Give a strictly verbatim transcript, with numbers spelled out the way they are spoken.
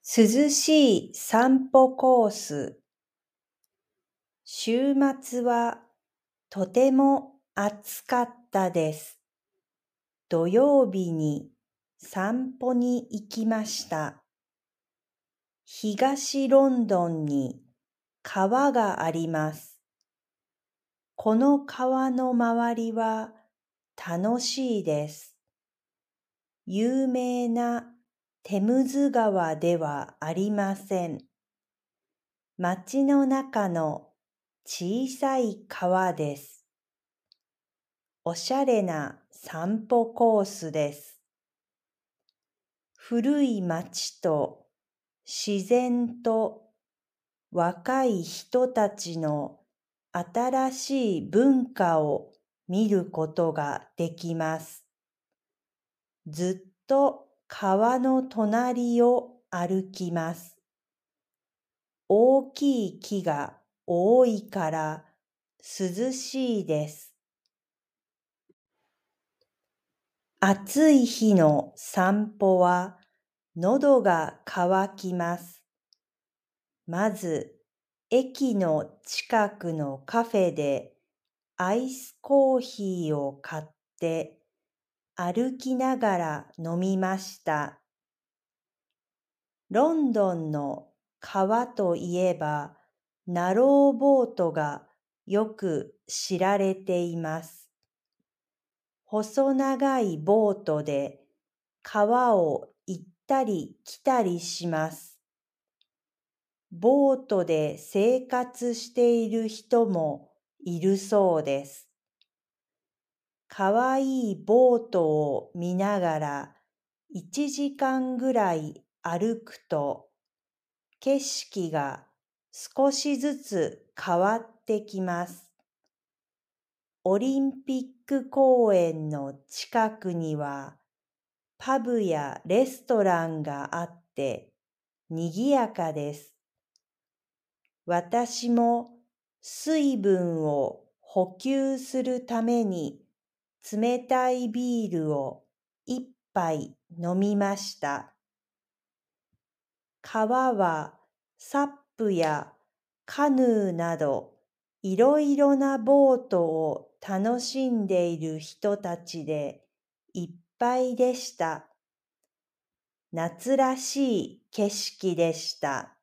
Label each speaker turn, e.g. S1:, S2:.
S1: 涼しい散歩コース。週末はとても暑かったです。土曜日に散歩に行きました。東ロンドンに川があります。この川の周りは楽しいです。有名なテムズ川ではありません。街の中の小さい川です。おしゃれな散歩コースです。古い街と自然と若い人たちの新しい文化を見ることができます。ずっと川の隣を歩きます。大きい木が多いから涼しいです。暑い日の散歩は喉が渇きます。まず、駅の近くのカフェでアイスコーヒーを買って歩きながら飲みました。ロンドンの川といえばナローボートがよく知られています。細長いボートで川を行ったり来たりします。ボートで生活している人もいるそうです。かわいいボートを見ながらいちじかんぐらい歩くと景色が少しずつ変わってきます。オリンピック公園の近くにはパブやレストランがあって賑やかです。私も水分を補給するために冷たいビールを一杯飲みました。川はサップやカヌーなどいろいろなボートを楽しんでいる人たちでいっぱいでした。夏らしい景色でした。